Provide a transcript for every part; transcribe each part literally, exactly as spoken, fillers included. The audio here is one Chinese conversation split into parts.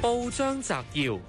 報章摘要：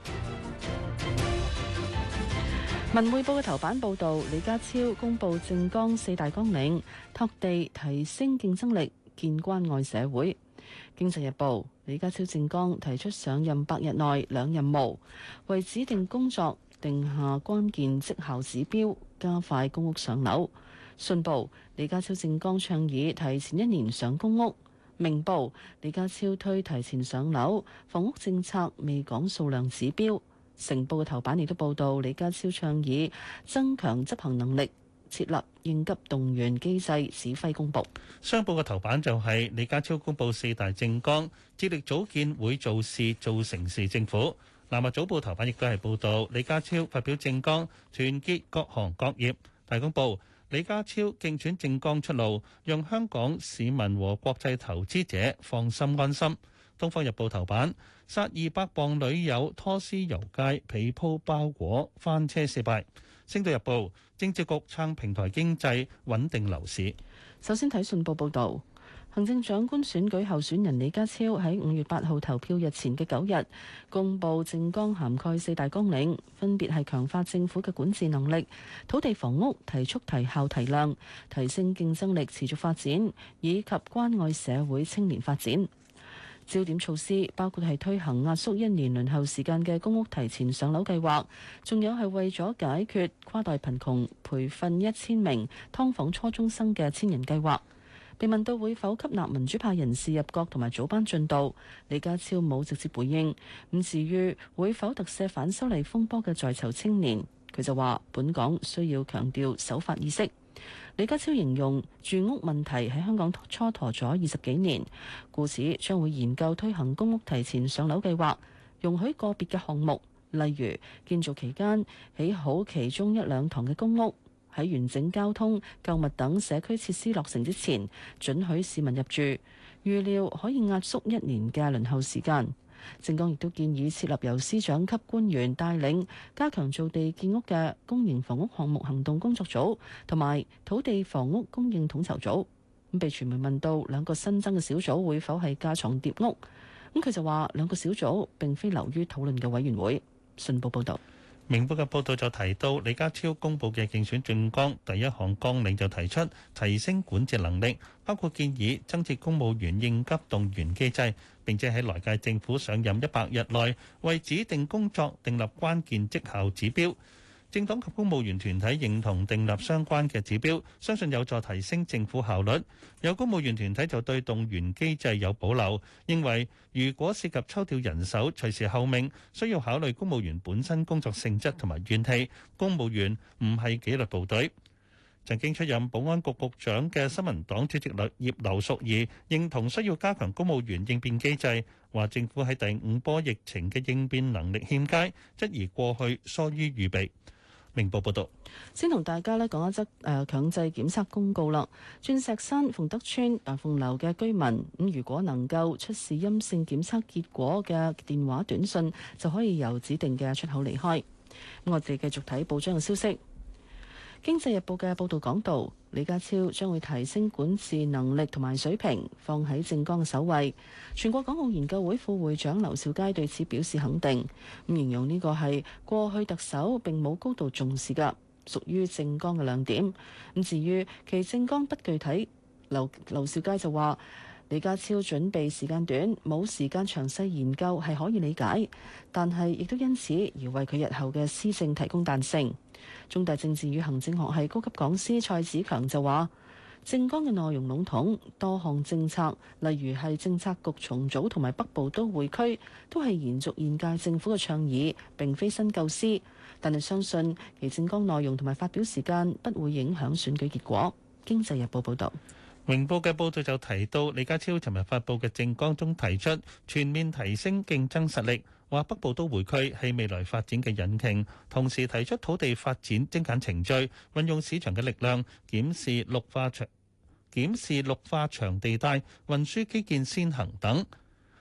文匯報嘅頭版報道，李家超公布政綱四大綱領，拓地提升競爭力，建關愛社會。經濟日報，李家超政綱提出上任百日內兩任務，為指定工作定下關鍵績效指標，加快公屋上樓。信報，李家超政綱倡議提前一年上公屋。明報，李家超推提前上樓，房屋政策未講數量指標。成報嘅頭版亦都報道，李家超倡議增強執行能力，設立應急動員機制，指揮公佈。 商報嘅頭版就係李家超公布四大政綱，致力組建會做事做成事政府。南華早報頭版亦都係報道李家超發表政綱，團結各行各業。大公報，李家超競選政綱出爐，讓香港市民和國際投資者放心安心。東方日報頭版，殺二百磅女友拖屍遊街，被鋪包裹翻車四敗。星島日報，政治局撐平台經濟，穩定樓市。 首先睇信報報導，行政長官選舉候選人李家超喺五月八號投票日前嘅九日，公布政綱涵蓋四大綱領，分別係強化政府嘅管治能力、土地房屋提速提效提量、提升競爭力持續發展，以及關愛社會青年發展。焦點措施包括係推行壓縮一年輪候時間嘅公屋提前上樓計劃，仲有係為咗解決跨代貧窮，培訓一千名劏房初中生嘅千人計劃。被問到會否吸納民主派人士入閣同埋組班進度，李家超冇直接回應。咁至於會否特赦反修例風波嘅在囚青年，佢就話本港需要強調守法意識。李家超形容住屋問題喺香港蹉跎咗二十幾年，故此將會研究推行公屋提前上樓計劃，容許個別嘅項目，例如建造期間起好其中一兩幢嘅公屋，喺完整交通、購物等社區設施落成之前，准許市民入住，預料可以壓縮一年嘅輪候時間。政綱亦都建議設立由司長級官員帶領，加強造地建屋嘅公營房屋項目行動工作組同埋土地房屋供應統籌組。咁被傳媒問到兩個新增嘅小組會否係架床疊屋，咁佢就話兩個小組並非流於討論嘅委員會。信報報導。 明報嘅報導就提到，李家超公布嘅競選政綱第一項綱領就提出提升管治能力，包括建議增設公務員應急動員機制，並且喺來屆政府上任一百日內為指定工作訂立關鍵績效指標。政黨及公務員團體認同訂立相關嘅指標，相信有助提升政府效率。有公務員團體就對動員機制有保留，認為如果涉及抽調人手、隨時候命，需要考慮公務員本身工作性質同埋怨氣。公務員唔係紀律部隊。曾經出任保安局局長嘅新民黨主席葉劉淑儀認同需要加強公務員應變機制，話政府喺第五波疫情嘅應變能力欠佳，質疑過去疏於預備。明報報道， 先同大家咧講一則誒強制檢測公告啦。鑽石山鳳德邨大鳳樓嘅居民咁，如果能夠出示陰性檢測結果嘅電話短信，就可以由指定嘅出口離開。咁我哋繼續睇報章嘅消息。經濟日報嘅報導講到，李家超將會提升管治能力同埋水平，放喺政綱嘅首位。全國港澳研究會副會長劉兆佳對此表示肯定，咁形容呢個係過去特首並冇高度重視嘅，屬於政綱嘅亮點。咁至於其政綱不具體，劉劉兆佳就話，李家超準備時間短，冇時間詳細研究係可以理解，但係亦都因此而為佢日後嘅施政提供彈性。中大政治與行政學系高級講師蔡子強就話，政綱嘅內容籠統，多項政策，例如係政策局重組同埋北部都會區，都係延續現屆政府嘅倡議，並非新構思。但係相信其政綱內容同埋發表時間不會影響選舉結果。經濟日報報導。 明報嘅報導就提到，李家超尋日發布嘅政綱中提出全面提升競爭實力，話北部都會區係未來發展嘅引擎，同時提出土地發展精簡程序，運用市場嘅力量，檢視綠化場、檢視綠化場地帶、運輸基建先行等。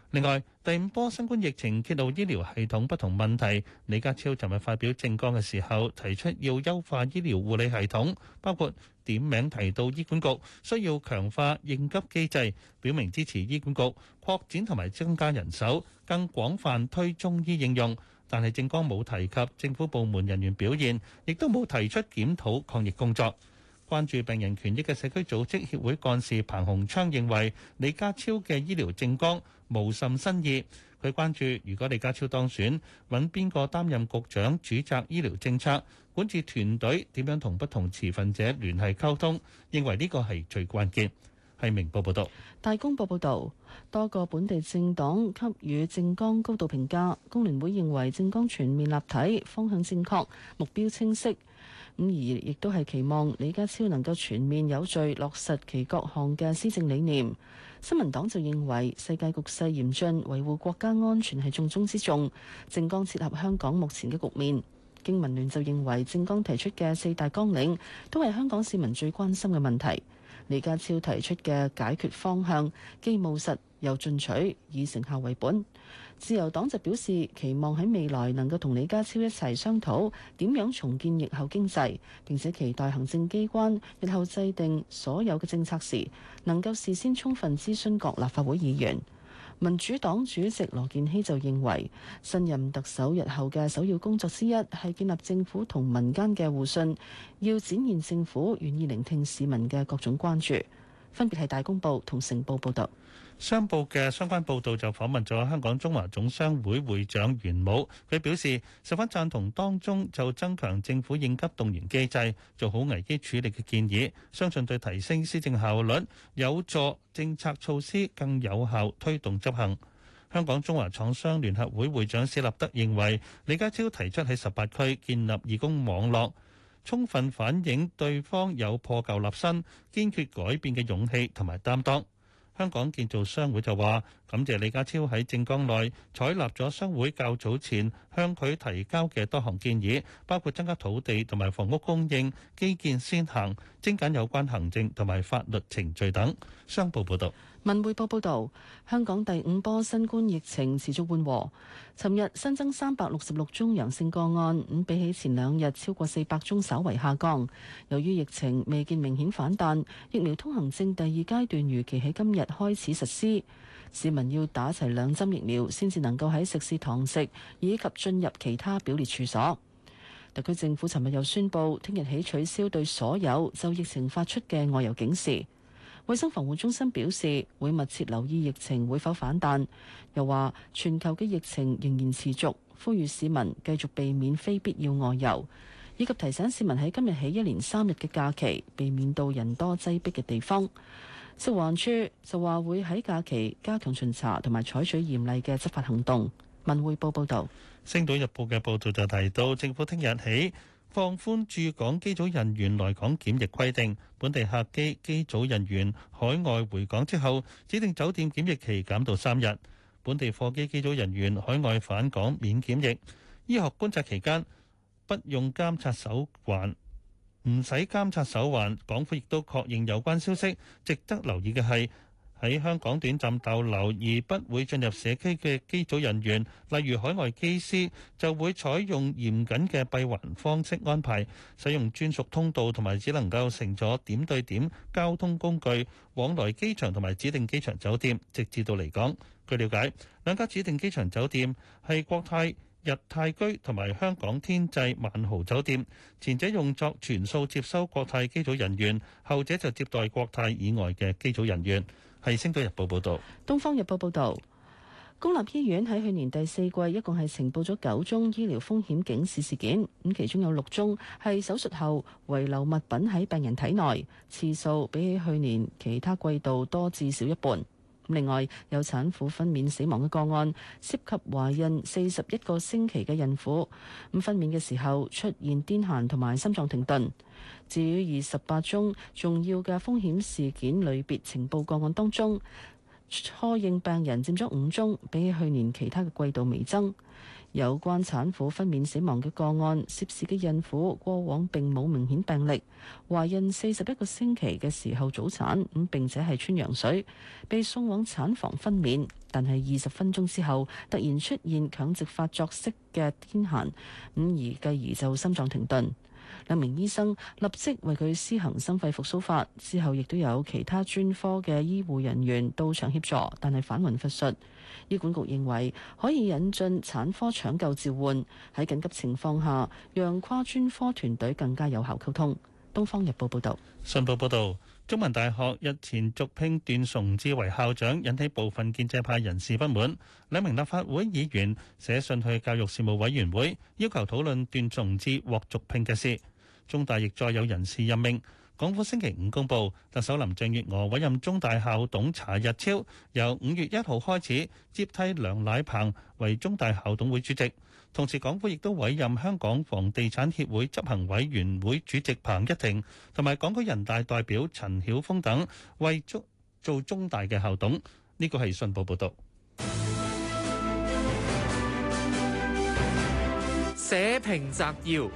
另外，第五波新冠疫情揭露醫療系統不同問題，李家超尋日發表政綱嘅時候提出要優化醫療護理系統，包括點名提到醫管局需要強化應急機制，表明支持醫管局擴展同埋增加人手，更廣泛推中醫應用。但係政綱冇提及政府部門人員表現，亦都冇提出檢討抗疫工作。關注病人權益嘅社區組織協會幹事彭鴻昌認為李家超嘅醫療政綱無甚新意。佢關注如果李家超當選，揾邊個擔任局長主責醫療政策，管治團隊點樣同不同持份者聯繫溝通，認為呢個係最關鍵。係明報報道。 大公報報導，多個本地政黨給予政綱高度評價。工聯會認為政綱全面立體，方向正確，目標清晰。咁而亦都係期望李家超能夠全面有序落實其各項嘅施政理念。新民黨就認為世界局勢嚴峻，維護國家安全係重中之重，政綱切合香港目前嘅局面。經民聯就認為政綱提出嘅四大綱領都係香港市民最關心嘅問題。李家超提出嘅解決方向既務實又進取，以成效為本。自由黨就表示期望喺未來能夠同李家超一齊商討點樣重建疫後經濟，並且期待行政機關日後制定所有嘅政策時，能夠事先充分諮詢各立法會議員。民主黨主席羅健熙就認為，新任特首日後嘅首要工作之一係建立政府同民間嘅互信，要展現政府願意聆聽市民嘅各種關注。分別係大公報同成報報導。 商報嘅相關報導就訪問咗香港中華總商會會長袁武，佢表示十分贊同當中就增強政府應急動員機制、做好危機處理嘅建議，相信對提升施政效率有助政策措施更有效推動執行。香港中華廠商聯合會會長史立德認為，李家超提出喺十八區建立義工網絡，充分反映對方有破舊立新、堅決改變嘅勇氣同埋擔當。香港建造商會就話感謝李家超喺政綱內採納咗商會較早前向佢提交嘅多項建議，包括增加土地同埋房屋供應、基建先行、精簡有關行政同埋法律程序等。商報報導。 文匯報報道，香港第五波新冠疫情持續緩和。尋日新增三百六十六宗陽性個案，咁比起前兩日超過四百宗，稍為下降。由於疫情未見明顯反彈，疫苗通行證第二階段預期喺今日開始實施。市民要打齊兩針疫苗，先至能夠喺食肆堂食以及進入其他表列處所。特區政府尋日又宣布，聽日起取消對所有就疫情發出嘅外遊警示。衛生防護中心表示會密切留意疫情會否反彈，又話全球嘅疫情仍然持續，呼籲市民繼續避免非必要外遊，以及提醒市民喺今日起一連三日嘅假期避免到人多擠迫嘅地方。食環署就話會喺假期加強巡查同埋採取嚴厲嘅執法行動。文匯報報導。 《星島日報》嘅報導就提到，政府聽日起放寬駐港機組人員來港檢疫規定，本地客機機組人員海外回港之後，指定酒店檢疫期減到三日；本地貨機機組人員海外返港免檢疫。醫學觀察期間不用監察手環，唔使監察手環。港府亦都確認有關消息。值得留意嘅係，喺香港短暫逗留而不會進入社區嘅機組人員，例如海外機師，就會採用嚴謹嘅閉環方式安排，使用專屬通道同埋只能夠乘坐點對點交通工具往來機場同埋指定機場酒店，直至到離港。據了解，兩家指定機場酒店係國泰日泰居同埋香港天際萬豪酒店，前者用作全數接收國泰機組人員，後者就接待國泰以外嘅機組人員。係《星島日報》報導，《 東方日報》報導，公立醫院喺去年第四季一共係呈報咗九宗醫療風險警示事件，咁其中有六宗係手術後遺留物品喺病人體內，次數比起去年其他季度多至少一半。另外有產婦分娩死亡嘅個案，涉及懷孕四十一個星期嘅孕婦，咁分娩嘅時候出現癲癇同埋心臟停頓。至於二十八宗重要嘅風險事件類別情報個案當中， 初認病人佔咗五宗，比起去年其他嘅季度微增。有關產婦分娩死亡嘅個案，涉事嘅孕婦過往並冇明顯病歷，懷孕四十一個星期嘅時候早產，咁並且係穿羊水，被送往產房分娩，但係二十分鐘之後突然出現強直發作式嘅癲癇，咁而繼而就心臟停頓。兩名醫生立即為佢施行心肺復甦法，之後亦都有其他專科嘅醫護人員到場協助，但係返魂乏術。醫管局認為可以引進產科搶救召喚，喺緊急情況下讓跨專科團隊更加有效溝通。《東方日報》報道。 信報報導，中文大學日前續聘段崇智為校長，引起部分建制派人士不滿。兩名立法會議員寫信去教育事務委員會，要求討論段崇智獲續聘嘅事。中大亦再有人事任命。港府星期五公布，特首林鄭月娥委任中大校董查日超，由五月一號開始接替梁乃鵬為中大校董會主席。同時，港府亦都委任香港房地產協會執行委員會主席彭一庭同埋港區人大代表陳曉峰等為中做中大嘅校董。呢個係信報報導。 社評摘要。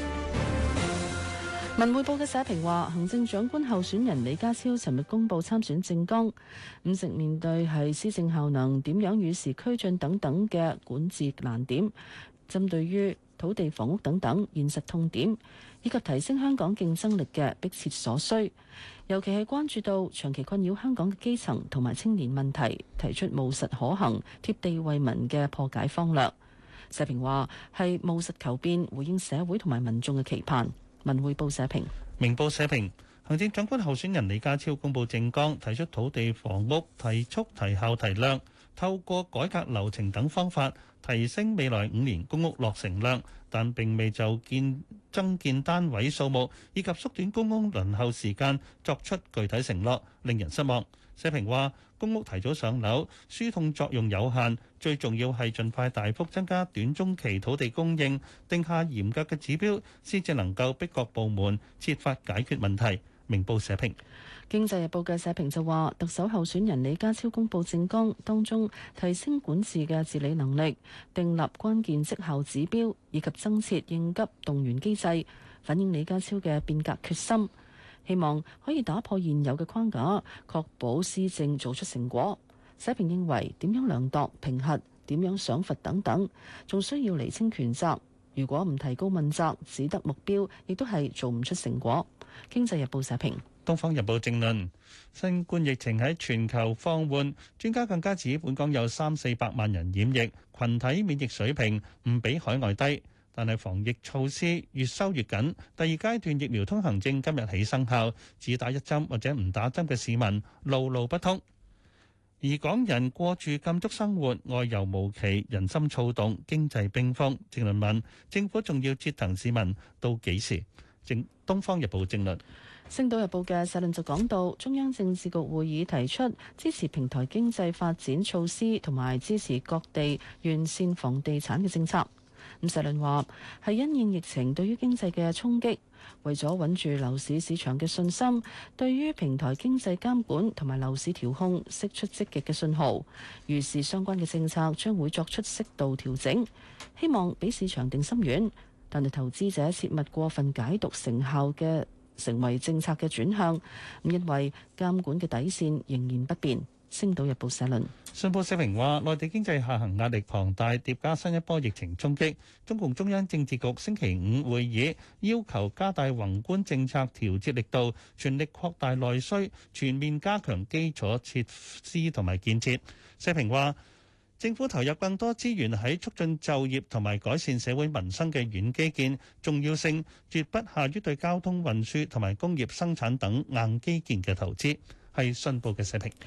文匯報嘅社評話，行政長官候選人李家超尋日公布參選政綱，咁直面對係施政效能點樣與時俱進等等嘅管治難點，針對於土地房屋等等現實痛點，以及提升香港競爭力嘅迫切所需，尤其係關注到長期困擾香港嘅基層同埋青年問題，提出務實可行、貼地為民嘅破解方略。社評話係務實求變，回應社會同埋民眾嘅期盼。文匯報社評。 明報社評，行政長官候選人李家超公布政綱，提出土地房屋提速、提效、提量，透過改革流程等方法提升未來五年公屋落成量，但並未就建增建單位數目以及縮短公屋輪候時間作出具體承諾，令人失望。社評話，公屋提早上樓，輸痛作用有限，最重要係盡快大幅增加短中期土地供應，定下嚴格嘅指標，先至能夠逼各部門設法解決問題。明報社評。 經濟日報嘅社評就話，特首候選人李家超公布政綱，當中提升管治嘅治理能力，訂立關鍵績效指標，以及增設應急動員機制，反映李家超嘅變革決心。希望可以打破現有嘅框架，確保施政做出成果。社評認為點樣量度、評核、點樣賞罰等等，仲需要釐清權責。如果唔提高問責，只得目標，亦都係做唔出成果。經濟日報社評。 東方日報正論：新冠疫情喺全球放緩，專家更加指本港有三四百萬人染疫，群體免疫水平唔比海外低。但係防疫措施越收越緊，第二階段疫苗通行證今日起生效，只打一針或者唔打針嘅市民路路不通。而港人過住禁足生活，外遊無期，人心躁動，經濟冰封。正論問政府仲要折騰市民到幾時？正《東方日報》正論。 《星島日報》嘅社論就講到，中央政治局會議提出支持平台經濟發展措施，同埋支持各地完善房地產嘅政策。咁社論話係因應疫情對於經濟嘅衝擊，為咗穩住樓市市場嘅信心，對於平台經濟監管同埋樓市調控釋出積極嘅信號。於是相關嘅政策將會作出適度調整，希望俾市場定心丸。但係投資者切勿過分解讀成效嘅成為政策嘅轉向，咁因為監管嘅底線仍然不變。星島日報社論。 信報社評話，內地經濟下行壓力龐大，疊加新一波疫情衝擊，中共中央政治局星期五會議要求加大宏觀政策調節力度，全力擴大內需，全面加強基礎設施同埋建設。社評話，政府投入更多資源喺促進就業同埋改善社會民生嘅軟基建，重要性絕不下於對交通運輸同埋工業生產等硬基建嘅投資。係信報嘅社評。